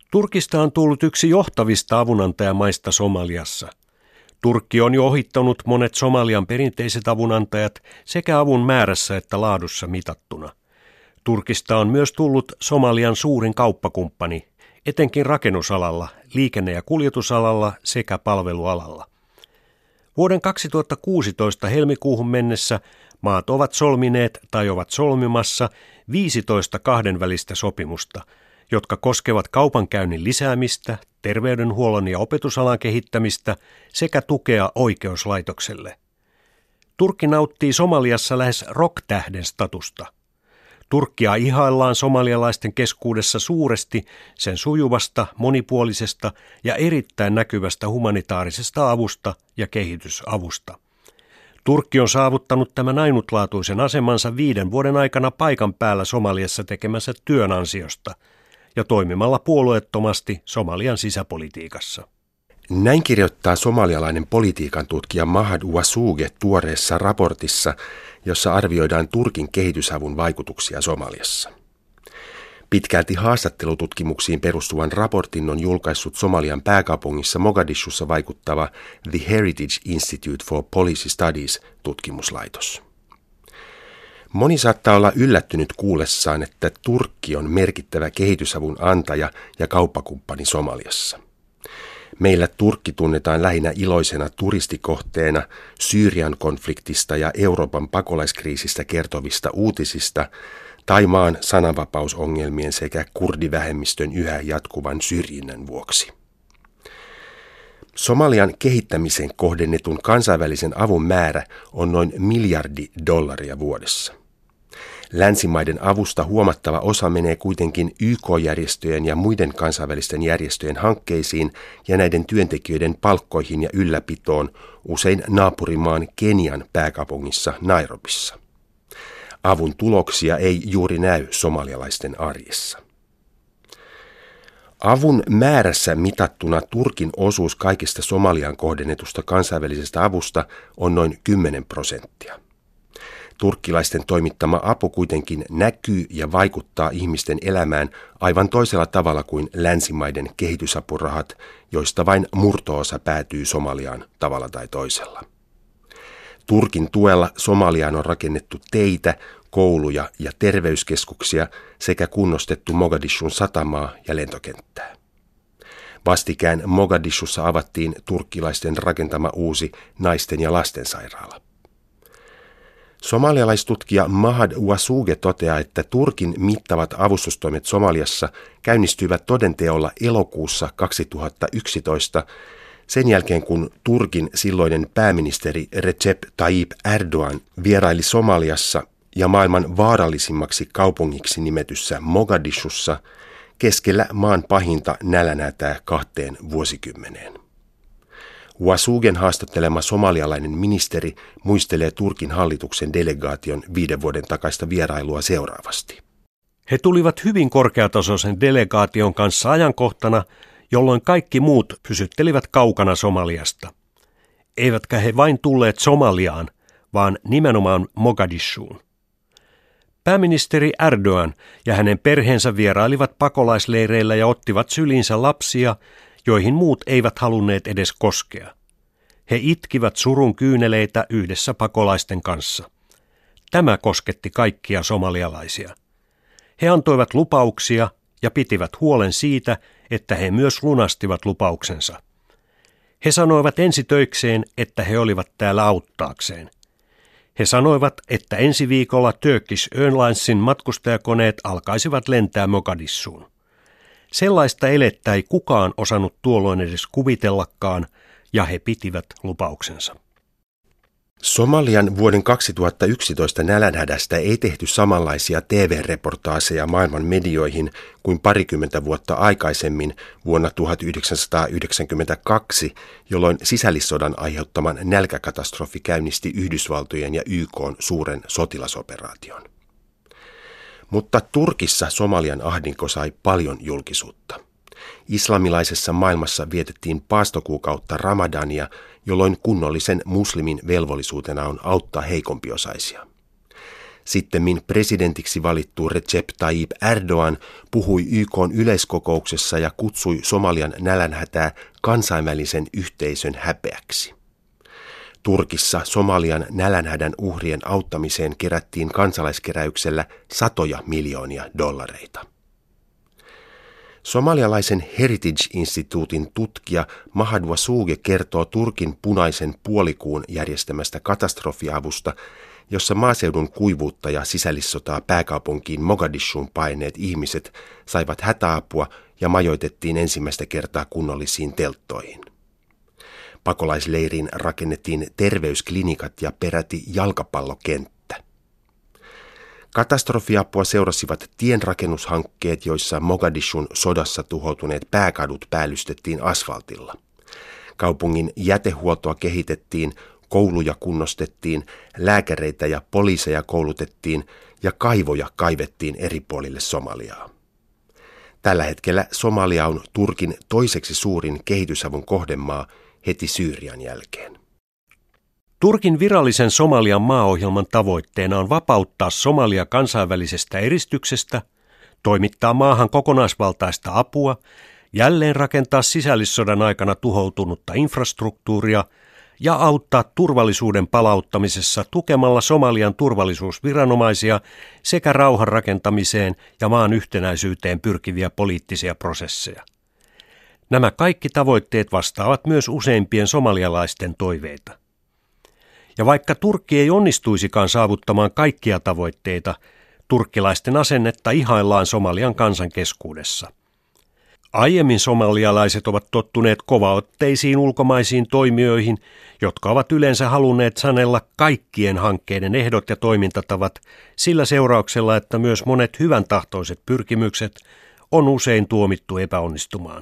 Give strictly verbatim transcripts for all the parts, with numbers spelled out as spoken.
Turkista on tullut yksi johtavista avunantajamaista Somaliassa. Turkki on jo ohittanut monet Somalian perinteiset avunantajat sekä avun määrässä että laadussa mitattuna. Turkista on myös tullut Somalian suurin kauppakumppani, etenkin rakennusalalla, liikenne- ja kuljetusalalla sekä palvelualalla. Vuoden kaksituhattakuusitoista helmikuuhun mennessä maat ovat solmineet tai ovat solmimassa viisitoista kahdenvälistä sopimusta, jotka koskevat kaupankäynnin lisäämistä, terveydenhuollon ja opetusalan kehittämistä sekä tukea oikeuslaitokselle. Turkki nauttii Somaliassa lähes rock-tähden statusta. Turkkia ihaillaan somalialaisten keskuudessa suuresti sen sujuvasta, monipuolisesta ja erittäin näkyvästä humanitaarisesta avusta ja kehitysavusta. Turkki on saavuttanut tämän ainutlaatuisen asemansa viiden vuoden aikana paikan päällä Somaliassa tekemänsä työn ansiosta ja toimimalla puolueettomasti Somalian sisäpolitiikassa. Näin kirjoittaa somalialainen politiikan tutkija Mahad Waasuge tuoreessa raportissa, jossa arvioidaan Turkin kehitysavun vaikutuksia Somaliassa. Pitkälti haastattelututkimuksiin perustuvan raportin on julkaissut Somalian pääkaupungissa Mogadishussa vaikuttava The Heritage Institute for Policy Studies -tutkimuslaitos. Moni saattaa olla yllättynyt kuullessaan, että Turkki on merkittävä kehitysavun antaja ja kauppakumppani Somaliassa. Meillä Turkki tunnetaan lähinnä iloisena turistikohteena Syyrian konfliktista ja Euroopan pakolaiskriisistä kertovista uutisista tai maan sananvapausongelmien sekä kurdivähemmistön yhä jatkuvan syrjinnän vuoksi. Somalian kehittämiseen kohdennetun kansainvälisen avun määrä on noin miljardi dollaria vuodessa. Länsimaiden avusta huomattava osa menee kuitenkin Y K-järjestöjen ja muiden kansainvälisten järjestöjen hankkeisiin ja näiden työntekijöiden palkkoihin ja ylläpitoon usein naapurimaan Kenian pääkaupungissa Nairobissa. Avun tuloksia ei juuri näy somalialaisten arjessa. Avun määrässä mitattuna Turkin osuus kaikista Somaliaan kohdennetusta kansainvälisestä avusta on noin kymmenen prosenttia. Turkkilaisten toimittama apu kuitenkin näkyy ja vaikuttaa ihmisten elämään aivan toisella tavalla kuin länsimaiden kehitysapurahat, joista vain murto-osa päätyy Somaliaan tavalla tai toisella. Turkin tuella Somaliaan on rakennettu teitä, kouluja ja terveyskeskuksia sekä kunnostettu Mogadishun satamaa ja lentokenttää. Vastikään Mogadishussa avattiin turkkilaisten rakentama uusi naisten ja lastensairaala. Somalialaistutkija Mahad Waasuge toteaa, että Turkin mittavat avustustoimet Somaliassa käynnistyivät todenteolla elokuussa kaksituhattayksitoista sen jälkeen, kun Turkin silloinen pääministeri Recep Tayyip Erdogan vieraili Somaliassa ja maailman vaarallisimmaksi kaupungiksi nimetyssä Mogadishussa keskellä maan pahinta nälänhätää kahteen vuosikymmeneen. Waasugen haastattelema somalialainen ministeri muistelee Turkin hallituksen delegaation viiden vuoden takaista vierailua seuraavasti. He tulivat hyvin korkeatasoisen delegaation kanssa ajankohtana, jolloin kaikki muut pysyttelivät kaukana Somaliasta. Eivätkä he vain tulleet Somaliaan, vaan nimenomaan Mogadishuun. Pääministeri Erdogan ja hänen perheensä vierailivat pakolaisleireillä ja ottivat syliinsä lapsia, joihin muut eivät halunneet edes koskea. He itkivät surun kyyneleitä yhdessä pakolaisten kanssa. Tämä kosketti kaikkia somalialaisia. He antoivat lupauksia ja pitivät huolen siitä, että he myös lunastivat lupauksensa. He sanoivat ensitöikseen, että he olivat täällä auttaakseen. He sanoivat, että ensi viikolla Turkish Airlinesin matkustajakoneet alkaisivat lentää Mogadishuun. Sellaista elettä ei kukaan osannut tuolloin edes kuvitellakaan, ja he pitivät lupauksensa. Somalian vuoden kaksituhattayksitoista nälänhädästä ei tehty samanlaisia T V-reportaaseja maailman medioihin kuin parikymmentä vuotta aikaisemmin vuonna tuhatyhdeksänsataayhdeksänkymmentäkaksi, jolloin sisällissodan aiheuttaman nälkäkatastrofi käynnisti Yhdysvaltojen ja Y K:n suuren sotilasoperaation. Mutta Turkissa Somalian ahdinko sai paljon julkisuutta. Islamilaisessa maailmassa vietettiin paastokuukautta Ramadania, jolloin kunnollisen muslimin velvollisuutena on auttaa heikompiosaisia. Sittemmin presidentiksi valittu Recep Tayyip Erdoğan puhui Y K:n yleiskokouksessa ja kutsui Somalian nälänhätää kansainvälisen yhteisön häpeäksi. Turkissa Somalian nälänhädän uhrien auttamiseen kerättiin kansalaiskeräyksellä satoja miljoonia dollareita. Somalialaisen Heritage-instituutin tutkija Mahad Waasuge kertoo Turkin punaisen puolikuun järjestämästä katastrofiavusta, jossa maaseudun kuivuutta ja sisällissotaa pääkaupunkiin Mogadishuun paineet ihmiset saivat hätäapua ja majoitettiin ensimmäistä kertaa kunnollisiin telttoihin. Pakolaisleiriin rakennettiin terveysklinikat ja peräti jalkapallokenttä. Katastrofiapua seurasivat tienrakennushankkeet, joissa Mogadishun sodassa tuhoutuneet pääkadut päällystettiin asfaltilla. Kaupungin jätehuoltoa kehitettiin, kouluja kunnostettiin, lääkäreitä ja poliiseja koulutettiin ja kaivoja kaivettiin eri puolille Somaliaa. Tällä hetkellä Somalia on Turkin toiseksi suurin kehitysavun kohdemaa heti Syyrian jälkeen. Turkin virallisen Somalian maaohjelman tavoitteena on vapauttaa Somalia kansainvälisestä eristyksestä, toimittaa maahan kokonaisvaltaista apua, jälleen rakentaa sisällissodan aikana tuhoutunutta infrastruktuuria ja auttaa turvallisuuden palauttamisessa tukemalla Somalian turvallisuusviranomaisia sekä rauhan rakentamiseen ja maan yhtenäisyyteen pyrkiviä poliittisia prosesseja. Nämä kaikki tavoitteet vastaavat myös useimpien somalialaisten toiveita. Ja vaikka Turkki ei onnistuisikaan saavuttamaan kaikkia tavoitteita, turkkilaisten asennetta ihaillaan Somalian kansan keskuudessa. Aiemmin somalialaiset ovat tottuneet kovaotteisiin ulkomaisiin toimijoihin, jotka ovat yleensä halunneet sanella kaikkien hankkeiden ehdot ja toimintatavat sillä seurauksella, että myös monet hyvän tahtoiset pyrkimykset on usein tuomittu epäonnistumaan.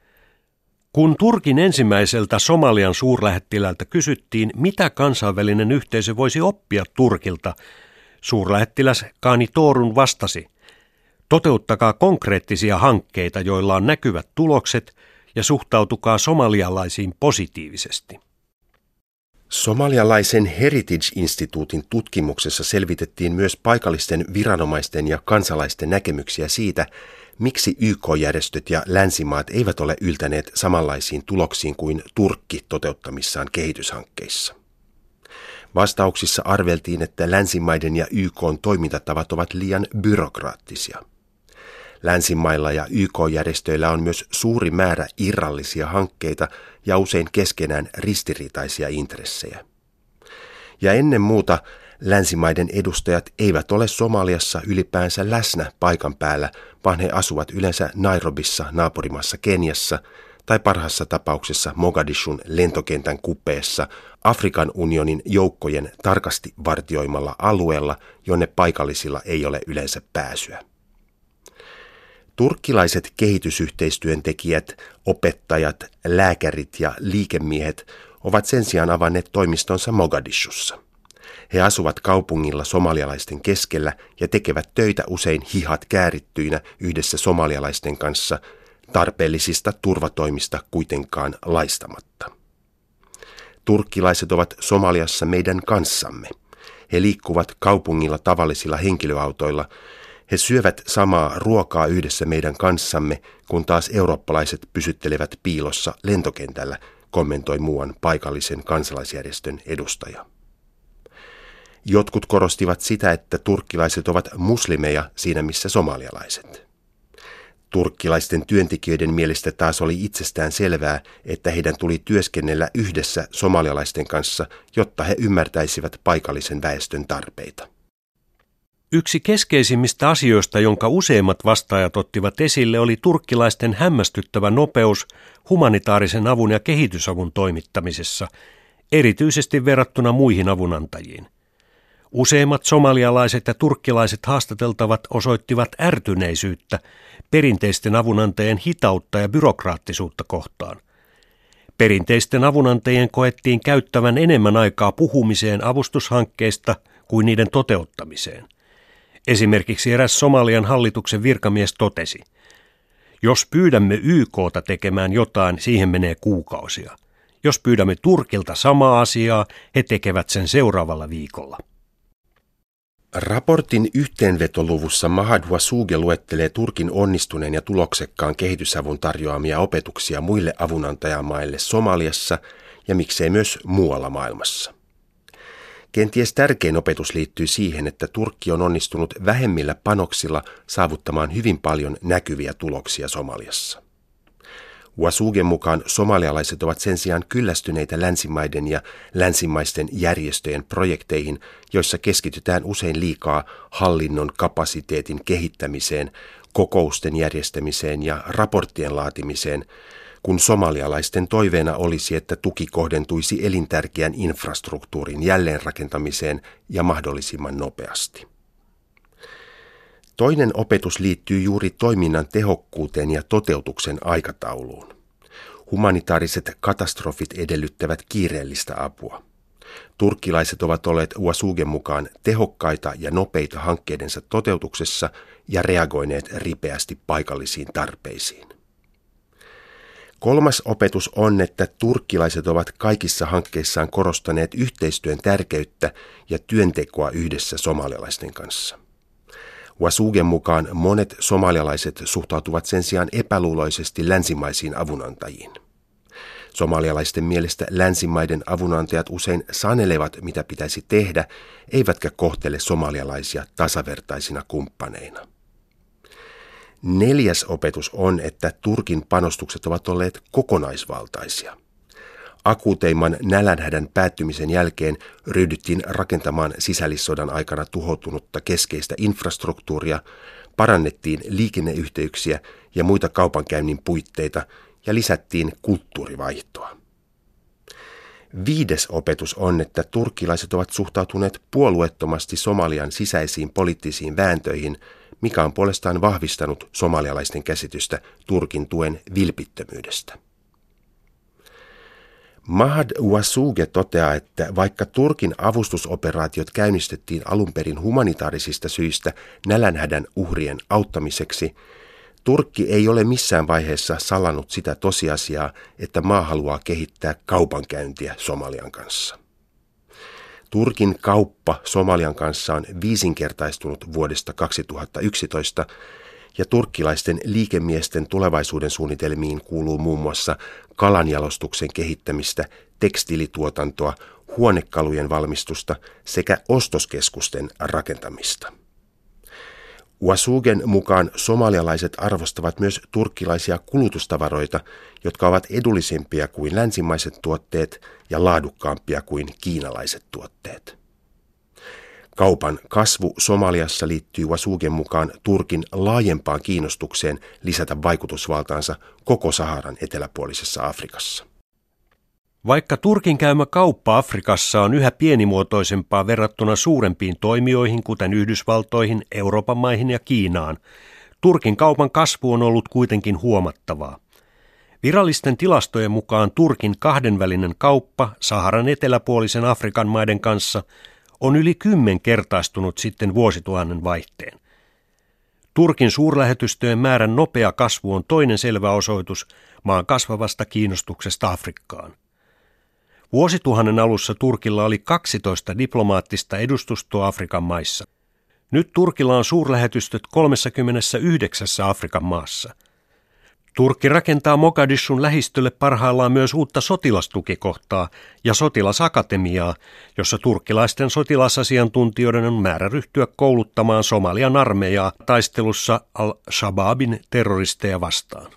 Kun Turkin ensimmäiseltä Somalian suurlähettilältä kysyttiin, mitä kansainvälinen yhteisö voisi oppia Turkilta, suurlähettiläs Kani Torun vastasi: toteuttakaa konkreettisia hankkeita, joilla on näkyvät tulokset, ja suhtautukaa somalialaisiin positiivisesti. Somalialaisen Heritage-instituutin tutkimuksessa selvitettiin myös paikallisten viranomaisten ja kansalaisten näkemyksiä siitä, miksi Y K-järjestöt ja länsimaat eivät ole yltäneet samanlaisiin tuloksiin kuin Turkki toteuttamissaan kehityshankkeissa. Vastauksissa arveltiin, että länsimaiden ja Y K:n toimintatavat ovat liian byrokraattisia. Länsimailla ja Y K-järjestöillä on myös suuri määrä irrallisia hankkeita ja usein keskenään ristiriitaisia intressejä. Ja ennen muuta länsimaiden edustajat eivät ole Somaliassa ylipäänsä läsnä paikan päällä, vaan he asuvat yleensä Nairobissa naapurimaassa Keniassa tai parhaassa tapauksessa Mogadishun lentokentän kupeessa Afrikan unionin joukkojen tarkasti vartioimalla alueella, jonne paikallisilla ei ole yleensä pääsyä. Turkkilaiset kehitysyhteistyöntekijät, opettajat, lääkärit ja liikemiehet ovat sen sijaan avanneet toimistonsa Mogadishussa. He asuvat kaupungilla somalialaisten keskellä ja tekevät töitä usein hihat käärittyinä yhdessä somalialaisten kanssa, tarpeellisista turvatoimista kuitenkaan laistamatta. Turkkilaiset ovat Somaliassa meidän kanssamme. He liikkuvat kaupungilla tavallisilla henkilöautoilla. He syövät samaa ruokaa yhdessä meidän kanssamme, kun taas eurooppalaiset pysyttelevät piilossa lentokentällä, kommentoi muuan paikallisen kansalaisjärjestön edustaja. Jotkut korostivat sitä, että turkkilaiset ovat muslimeja siinä missä somalialaiset. Turkkilaisten työntekijöiden mielestä taas oli itsestään selvää, että heidän tuli työskennellä yhdessä somalialaisten kanssa, jotta he ymmärtäisivät paikallisen väestön tarpeita. Yksi keskeisimmistä asioista, jonka useimmat vastaajat ottivat esille, oli turkkilaisten hämmästyttävä nopeus humanitaarisen avun ja kehitysavun toimittamisessa, erityisesti verrattuna muihin avunantajiin. Useimmat somalialaiset ja turkkilaiset haastateltavat osoittivat ärtyneisyyttä perinteisten avunantajien hitautta ja byrokraattisuutta kohtaan. Perinteisten avunantajien koettiin käyttävän enemmän aikaa puhumiseen avustushankkeista kuin niiden toteuttamiseen. Esimerkiksi eräs Somalian hallituksen virkamies totesi: jos pyydämme Y K:ta tekemään jotain, siihen menee kuukausia. Jos pyydämme Turkilta samaa asiaa, he tekevät sen seuraavalla viikolla. Raportin yhteenvetoluvussa Mahad Waasuge luettelee Turkin onnistuneen ja tuloksekkaan kehitysavun tarjoamia opetuksia muille avunantajamaille Somaliassa ja miksei myös muualla maailmassa. Kenties tärkein opetus liittyy siihen, että Turkki on onnistunut vähemmillä panoksilla saavuttamaan hyvin paljon näkyviä tuloksia Somaliassa. Waasugen mukaan somalialaiset ovat sen sijaan kyllästyneitä länsimaiden ja länsimaisten järjestöjen projekteihin, joissa keskitytään usein liikaa hallinnon kapasiteetin kehittämiseen, kokousten järjestämiseen ja raporttien laatimiseen, kun somalialaisten toiveena olisi, että tuki kohdentuisi elintärkeän infrastruktuurin jälleenrakentamiseen ja mahdollisimman nopeasti. Toinen opetus liittyy juuri toiminnan tehokkuuteen ja toteutuksen aikatauluun. Humanitaariset katastrofit edellyttävät kiireellistä apua. Turkkilaiset ovat olleet Waasugen mukaan tehokkaita ja nopeita hankkeidensa toteutuksessa ja reagoineet ripeästi paikallisiin tarpeisiin. Kolmas opetus on, että turkkilaiset ovat kaikissa hankkeissaan korostaneet yhteistyön tärkeyttä ja työntekoa yhdessä somalialaisten kanssa. Waasugen mukaan monet somalialaiset suhtautuvat sen sijaan epäluuloisesti länsimaisiin avunantajiin. Somalialaisten mielestä länsimaiden avunantajat usein sanelevat, mitä pitäisi tehdä, eivätkä kohtele somalialaisia tasavertaisina kumppaneina. Neljäs opetus on, että Turkin panostukset ovat olleet kokonaisvaltaisia. Akuuteimman nälänhädän päättymisen jälkeen ryhdyttiin rakentamaan sisällissodan aikana tuhoutunutta keskeistä infrastruktuuria, parannettiin liikenneyhteyksiä ja muita kaupankäynnin puitteita ja lisättiin kulttuurivaihtoa. Viides opetus on, että turkkilaiset ovat suhtautuneet puolueettomasti Somalian sisäisiin poliittisiin vääntöihin, mikä on puolestaan vahvistanut somalialaisten käsitystä Turkin tuen vilpittömyydestä. Mahad Waasuge toteaa, että vaikka Turkin avustusoperaatiot käynnistettiin alun perin humanitaarisista syistä nälänhädän uhrien auttamiseksi, Turkki ei ole missään vaiheessa salannut sitä tosiasiaa, että maa haluaa kehittää kaupankäyntiä Somalian kanssa. Turkin kauppa Somalian kanssa on viisinkertaistunut vuodesta kaksituhattayksitoista, ja turkkilaisten liikemiesten tulevaisuuden suunnitelmiin kuuluu muun muassa kalanjalostuksen kehittämistä, tekstiilituotantoa, huonekalujen valmistusta sekä ostoskeskusten rakentamista. Waasugen mukaan somalialaiset arvostavat myös turkkilaisia kulutustavaroita, jotka ovat edullisempia kuin länsimaiset tuotteet ja laadukkaampia kuin kiinalaiset tuotteet. Kaupan kasvu Somaliassa liittyy Waasugen mukaan Turkin laajempaan kiinnostukseen lisätä vaikutusvaltaansa koko Saharan eteläpuolisessa Afrikassa. Vaikka Turkin käymä kauppa Afrikassa on yhä pienimuotoisempaa verrattuna suurempiin toimijoihin, kuten Yhdysvaltoihin, Euroopan maihin ja Kiinaan, Turkin kaupan kasvu on ollut kuitenkin huomattavaa. Virallisten tilastojen mukaan Turkin kahdenvälinen kauppa Saharan eteläpuolisen Afrikan maiden kanssa on yli kymmenkertaistunut sitten vuosituhannen vaihteen. Turkin suurlähetystöjen määrän nopea kasvu on toinen selvä osoitus maan kasvavasta kiinnostuksesta Afrikkaan. Vuosituhannen alussa Turkilla oli kaksitoista diplomaattista edustustoa Afrikan maissa. Nyt Turkilla on suurlähetystöt kolmekymmentäyhdeksän Afrikan maassa. Turkki rakentaa Mogadishun lähistölle parhaillaan myös uutta sotilastukikohtaa ja sotilasakatemiaa, jossa turkkilaisten sotilasasiantuntijoiden on määrä ryhtyä kouluttamaan Somalian armeijaa taistelussa al-Shabaabin terroristeja vastaan.